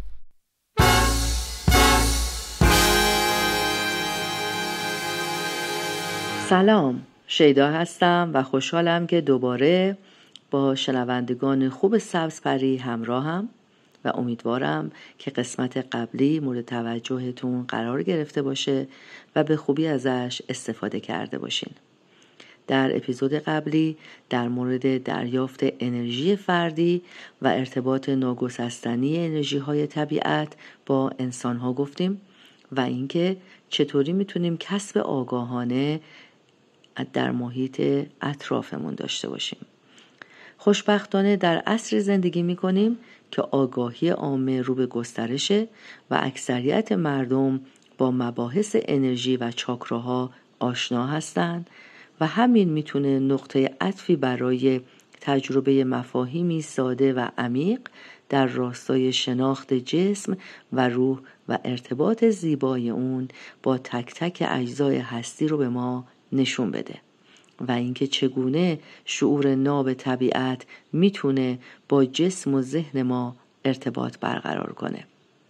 سلام، شیدا هستم و خوشحالم که دوباره با شنوندگان خوب سبزپری همراهم و امیدوارم که قسمت قبلی مورد توجهتون قرار گرفته باشه و به خوبی ازش استفاده کرده باشین. در اپیزود قبلی در مورد دریافت انرژی فردی و ارتباط ناگسستنی انرژی‌های طبیعت با انسان‌ها گفتیم و اینکه چطوری میتونیم کسب آگاهانه در محیط اطرافمون داشته باشیم. خوشبختانه در عصر زندگی میکنیم که آگاهی عامه رو به گسترشه و اکثریت مردم با مباحث انرژی و چاکراها آشنا هستند و همین میتونه نقطه عطفی برای تجربه مفاهیمی ساده و عمیق در راستای شناخت جسم و روح و ارتباط زیبای اون با تک تک اجزای هستی رو به ما نشون بده و اینکه چگونه شعور ناب طبیعت میتونه با جسم و ذهن ما ارتباط برقرار کنه.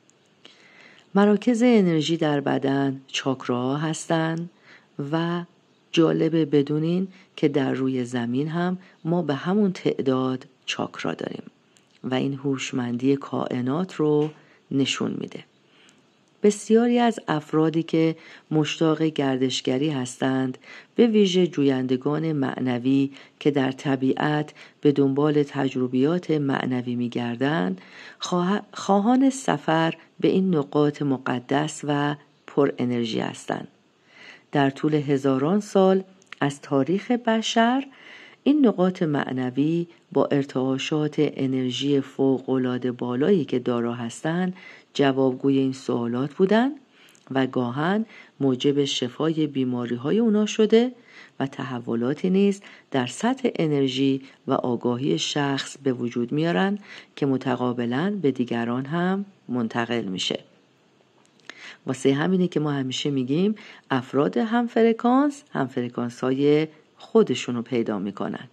مراکز انرژی در بدن چاکراها هستند و جالبه بدونین که در روی زمین هم ما به همون تعداد چاکرا داریم و این هوشمندی کائنات رو نشون میده. بسیاری از افرادی که مشتاق گردشگری هستند، به ویژه جویندگان معنوی که در طبیعت به دنبال تجربیات معنوی می‌گردند، خواهان سفر به این نقاط مقدس و پر انرژی هستند. در طول هزاران سال از تاریخ بشر این نقاط معنوی با ارتعاشات انرژی فوق‌العاده بالایی که دارا هستند جوابگوی این سوالات بودند و گاهن موجب شفای بیماری‌های اونا شده و تحولاتی نیز در سطح انرژی و آگاهی شخص به وجود میارن که متقابلاً به دیگران هم منتقل میشه. واسه همینه که ما همیشه میگیم افراد همفرکانس های خودشونو پیدا میکنن.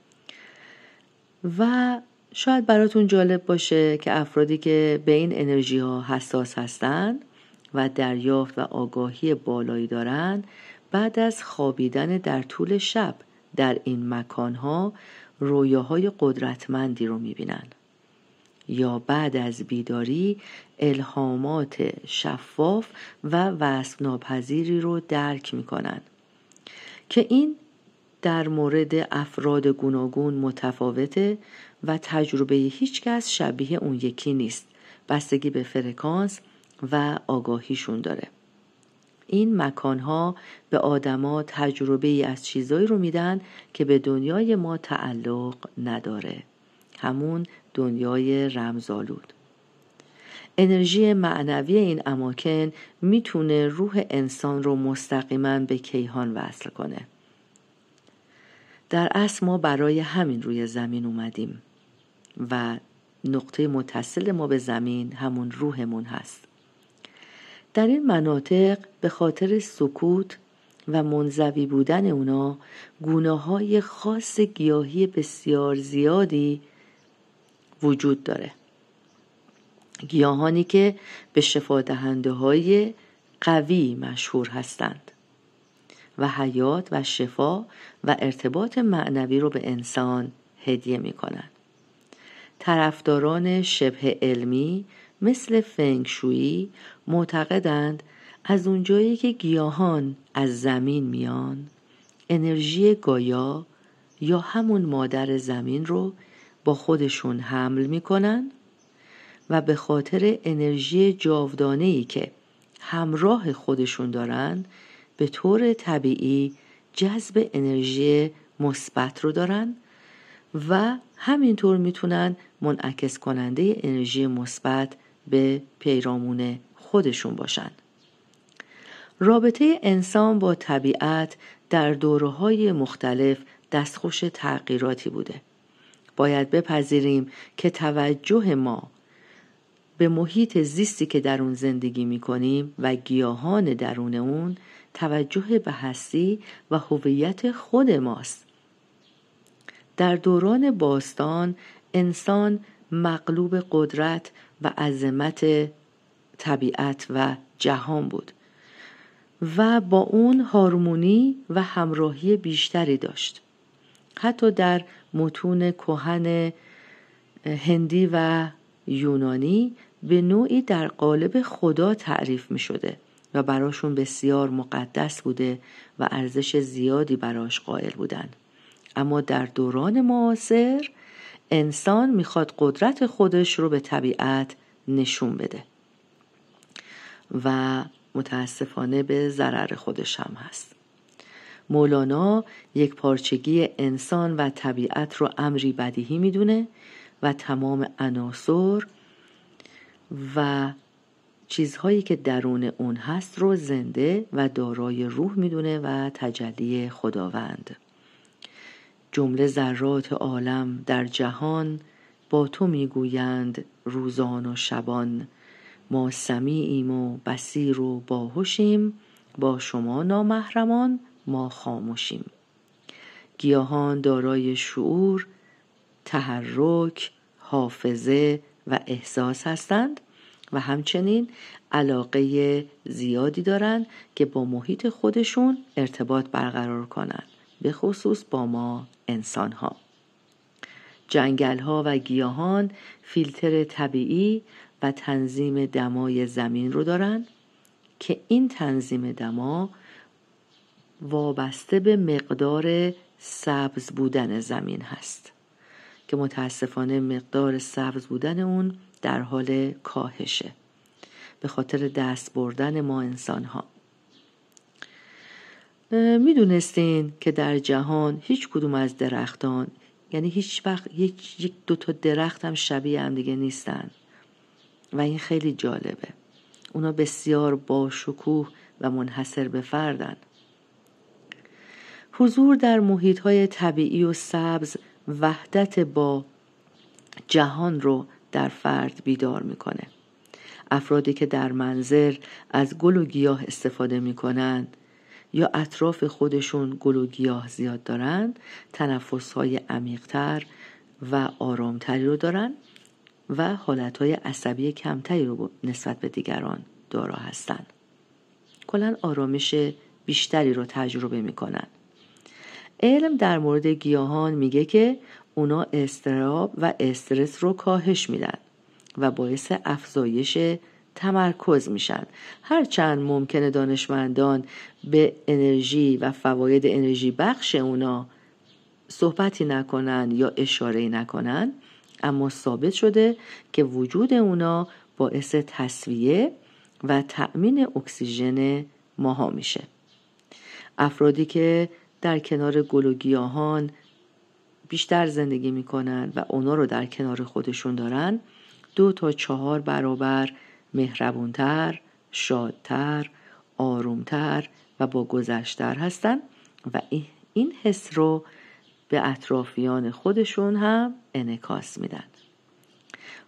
و شاید براتون جالب باشه که افرادی که به این انرژی ها حساس هستن و دریافت و آگاهی بالایی دارن، بعد از خوابیدن در طول شب در این مکان ها رویاهای قدرتمندی رو میبینن یا بعد از بیداری الهامات شفاف و وصف ناپذیری رو درک میکنن که این در مورد افراد گوناگون متفاوته و تجربه هیچ کس شبیه اون یکی نیست، بستگی به فرکانس و آگاهیشون داره. این مکانها به آدما تجربه ای از چیزایی رو میدن که به دنیای ما تعلق نداره، همون دنیای رمزآلود. انرژی معنوی این اماکن میتونه روح انسان رو مستقیما به کیهان وصل کنه. در اصل ما برای همین روی زمین اومدیم و نقطه متصل ما به زمین همون روحمون هست. در این مناطق به خاطر سکوت و منزوی بودن اونا گونه‌های خاص گیاهی بسیار زیادی وجود داره. گیاهانی که به شفادهنده‌های قوی مشهور هستند و حیات و شفا و ارتباط معنوی رو به انسان هدیه می‌کنند. طرفداران شبه علمی مثل فنگ شویی معتقدند از اونجایی که گیاهان از زمین میان، انرژی گایا یا همون مادر زمین رو با خودشون حمل میکنن و به خاطر انرژی جاودانه‌ای که همراه خودشون دارن به طور طبیعی جذب انرژی مثبت رو دارن و همینطور میتونن منعکس کننده انرژی مثبت به پیرامون خودشون باشن. رابطه انسان با طبیعت در دوره‌های مختلف دستخوش تغییراتی بوده. باید بپذیریم که توجه ما به محیط زیستی که در اون زندگی می‌کنیم و گیاهان درون اون توجه به هستی و هویت خود ماست. در دوران باستان انسان مغلوب قدرت و عظمت طبیعت و جهان بود و با اون هارمونی و همراهی بیشتری داشت. حتی در متون کهن هندی و یونانی به نوعی در قالب خدا تعریف می شده و براشون بسیار مقدس بوده و ارزش زیادی براش قائل بودن. اما در دوران معاصر انسان میخواد قدرت خودش رو به طبیعت نشون بده و متاسفانه به ضرر خودش هم هست. مولانا یک پارچگی انسان و طبیعت رو امری بدیهی میدونه و تمام عناصر و چیزهایی که درون اون هست رو زنده و دارای روح میدونه و تجلی خداوند. جمله ذرات عالم در جهان با تو میگویند روزان و شبان، ما سمیعیم و بصیر و باهوشیم، با شما نامحرمان ما خاموشیم. گیاهان دارای شعور، تحرک، حافظه و احساس هستند و همچنین علاقه زیادی دارند که با محیط خودشون ارتباط برقرار کنند، به خصوص با ما انسان ها. جنگل ها و گیاهان فیلتر طبیعی و تنظیم دمای زمین رو دارن که این تنظیم دما وابسته به مقدار سبز بودن زمین هست که متاسفانه مقدار سبز بودن اون در حال کاهشه به خاطر دست بردن ما انسان ها. میدونستین که در جهان هیچ کدوم از درختان، یعنی هیچ وقت یک دو تا درخت هم شبیه هم دیگه نیستن و این خیلی جالبه. اونا بسیار با شکوه و منحصر به فردن. حضور در محیط‌های طبیعی و سبز وحدت با جهان رو در فرد بیدار میکنه. افرادی که در منزل از گل و گیاه استفاده میکنن یا اطراف خودشون گل و گیاه زیاد دارن، تنفس‌های عمیق‌تر و آرامتری رو دارن و حالتهای عصبی کمتری رو نسبت به دیگران دارا هستن. کلاً آرامش بیشتری رو تجربه میکنن. علم در مورد گیاهان میگه که اونا اضطراب و استرس رو کاهش میدن و باعث افزایش تمرکز میشن. هرچند ممکنه دانشمندان به انرژی و فواید انرژی بخش اونا صحبتی نکنن یا اشاره‌ای نکنن، اما ثابت شده که وجود اونا باعث تسویه و تأمین اکسیژن ماها میشه. افرادی که در کنار گل و گیاهان بیشتر زندگی میکنن و اونا رو در کنار خودشون دارن 2 تا 4 برابر مهربونتر، شادتر، آرومتر و با گذشتر هستن و این حس رو به اطرافیان خودشون هم انعکاس میدن.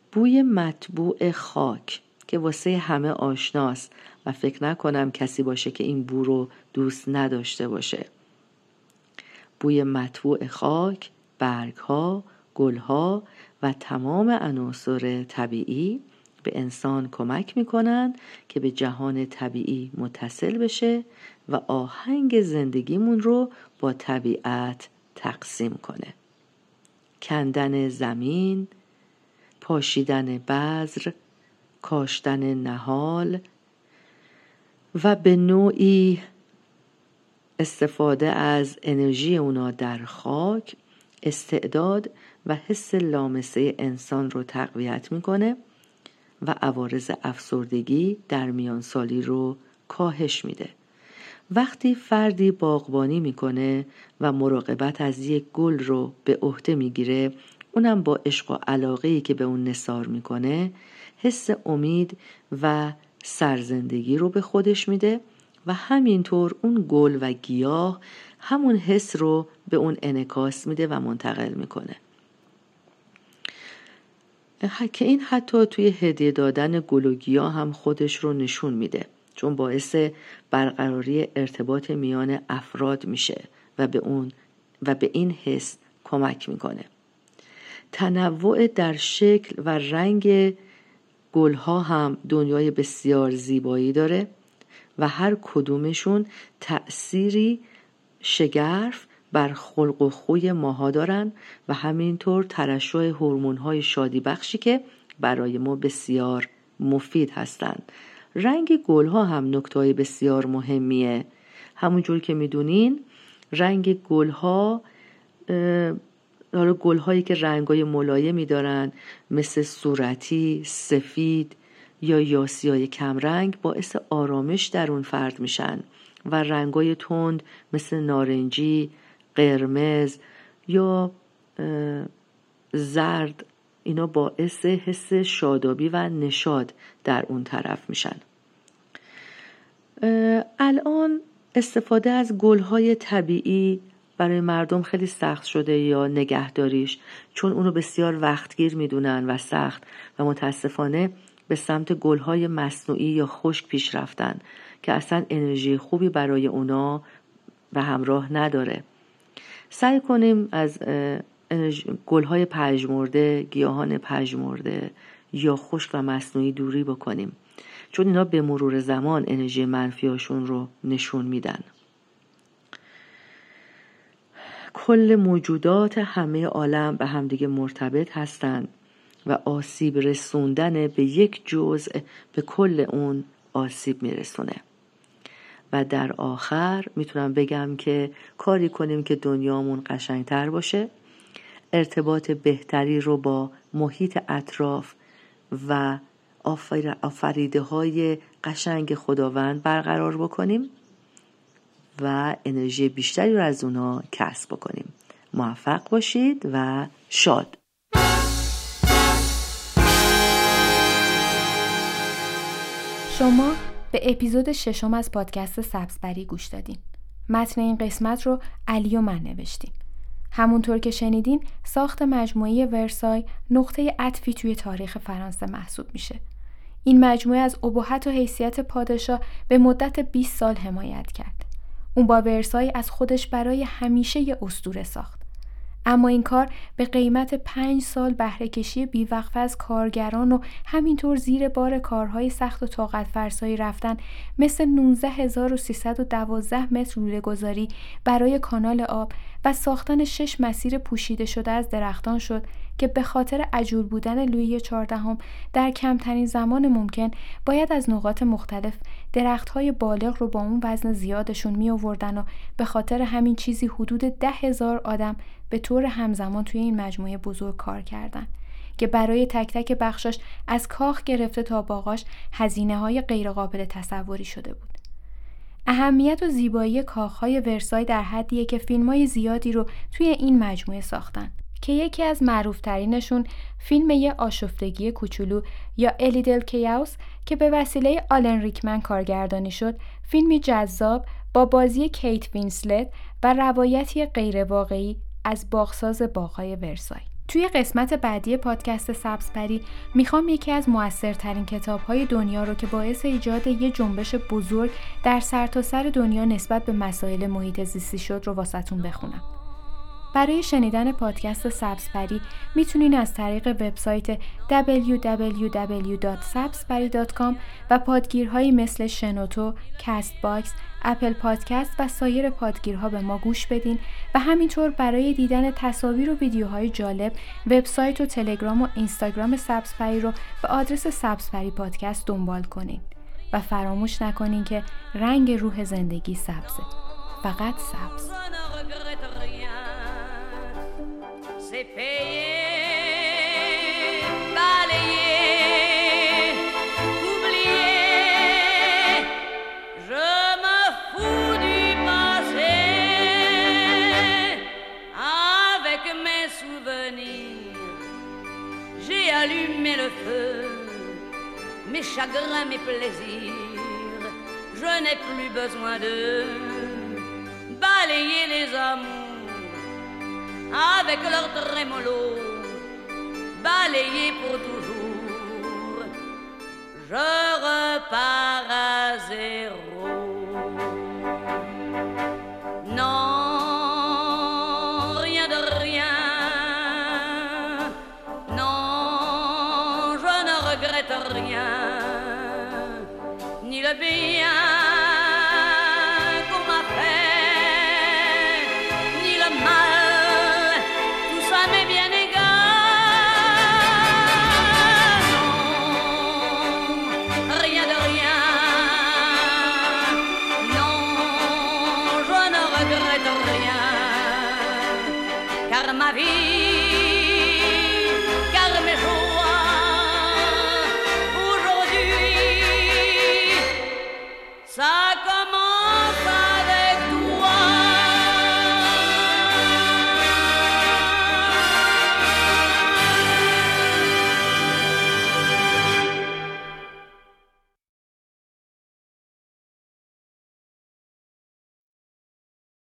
بوی مطبوع خاک که واسه همه آشناست و فکر نکنم کسی باشه که این بو رو دوست نداشته باشه. بوی مطبوع خاک، برگ‌ها، گل‌ها و تمام عناصر طبیعی به انسان کمک میکنن که به جهان طبیعی متصل بشه و آهنگ زندگیمون رو با طبیعت تقسیم کنه. کندن زمین، پاشیدن بذر، کاشتن نهال و به نوعی استفاده از انرژی اونا در خاک استعداد و حس لامسه انسان رو تقویت میکنه و عوارض افسردگی در میانسالی رو کاهش میده. وقتی فردی باغبانی میکنه و مراقبت از یک گل رو به عهده میگیره، اونم با عشق و علاقه‌ای که به اون نثار میکنه، حس امید و سرزندگی رو به خودش میده و همینطور اون گل و گیاه همون حس رو به اون انعکاس میده و منتقل میکنه. که این حتی توی هدیه دادن گل و گیاه هم خودش رو نشون میده، چون باعث برقراری ارتباط میان افراد میشه و به این حس کمک میکنه. تنوع در شکل و رنگ گلها هم دنیای بسیار زیبایی داره و هر کدومشون تأثیری شگرف بر خلق و خوی ماها دارن و همینطور ترشح هورمون‌های شادی بخشی که برای ما بسیار مفید هستند. رنگ گلها هم نکته‌های بسیار مهمیه. همونجور که میدونین رنگ گلها گلهایی که رنگای ملایمی دارن مثل صورتی، سفید یا یاسیای کمرنگ باعث آرامش در اون فرد میشن و رنگای تند مثل نارنجی، قرمز یا زرد اینا باعث حس شادابی و نشاط در اون طرف میشن. الان استفاده از گلهای طبیعی برای مردم خیلی سخت شده یا نگهداریش، چون اونو بسیار وقتگیر میدونن و سخت و متاسفانه به سمت گلهای مصنوعی یا خشک پیش رفتن که اصلا انرژی خوبی برای اونا به همراه نداره. سعی کنیم از گلهای پژمرده، گیاهان پژمرده یا خشک و مصنوعی دوری بکنیم، چون اینا به مرور زمان انرژی منفیاشون رو نشون میدن. کل موجودات همه عالم به همدیگه مرتبط هستن و آسیب رسوندن به یک جزء به کل اون آسیب میرسونه. و در آخر میتونم بگم که کاری کنیم که دنیامون قشنگتر باشه، ارتباط بهتری رو با محیط اطراف و آفریده های قشنگ خداوند برقرار بکنیم و انرژی بیشتری رو از اونا کسب بکنیم. موفق باشید و شاد. شما به اپیزود 6 از پادکست سبزپری گوش دادین. متن این قسمت رو علی و من نوشتیم. همونطور که شنیدین ساخت مجموعه ورسای نقطه عطفی توی تاریخ فرانسه محسوب میشه. این مجموعه از ابهت و حیثیت پادشاه به مدت 20 سال حمایت کرد. اون با ورسای از خودش برای همیشه یه اسطوره ساخت. اما این کار به قیمت 5 سال بهره‌کشی بیوقفه از کارگران و همینطور زیر بار کارهای سخت و طاقت فرسایی رفتن مثل 19312 متر لوله‌گذاری برای کانال آب و ساختن 6 مسیر پوشیده شده از درختان شد که به خاطر عجول بودن لویی 14 در کمترین زمان ممکن باید از نقاط مختلف درخت‌های بالغ رو با اون وزن زیادشون می آوردن و به خاطر همین چیزی حدود 10,000 آدم به طور همزمان توی این مجموعه بزرگ کار کردن که برای تک تک بخشاش از کاخ گرفته تا باغاش هزینه‌های غیرقابل تصوری شده بود. اهمیت و زیبایی کاخ‌های ورسای در حدیه که فیلم‌های زیادی رو توی این مجموعه ساختن که یکی از معروف‌ترینشون فیلم یه آشفتگی کوچولو یا الیدل کیاوس که به وسیله آلن ریکمن کارگردانی شد، فیلمی جذاب با بازی کیت وینسلت و روایتی غیر واقعی از باغساز باغ‌های ورسای. توی قسمت بعدی پادکست سبزپری میخوام یکی از مؤثرترین کتاب‌های دنیا رو که باعث ایجاد یه جنبش بزرگ در سرتاسر دنیا نسبت به مسائل محیط زیستی شد رو واسهتون بخونم. برای شنیدن پادکست سبزپری میتونین از طریق وبسایت www.sabzpari.com و پادگیرهایی مثل شنوتو، کست باکس، اپل پادکست و سایر پادگیرها به ما گوش بدین و همینطور برای دیدن تصاویر و ویدیوهای جالب وبسایت و تلگرام و اینستاگرام سبزپری رو به آدرس سبزپری پادکست دنبال کنین و فراموش نکنین که رنگ روح زندگی سبزه، فقط سبز. C'est payé, balayé, oublié. Je me fous du passé. Avec mes souvenirs, j'ai allumé le feu. Mes chagrins, mes plaisirs, je n'ai plus besoin de balayer les amours. Avec leur trémolo, balayé pour toujours, je repars à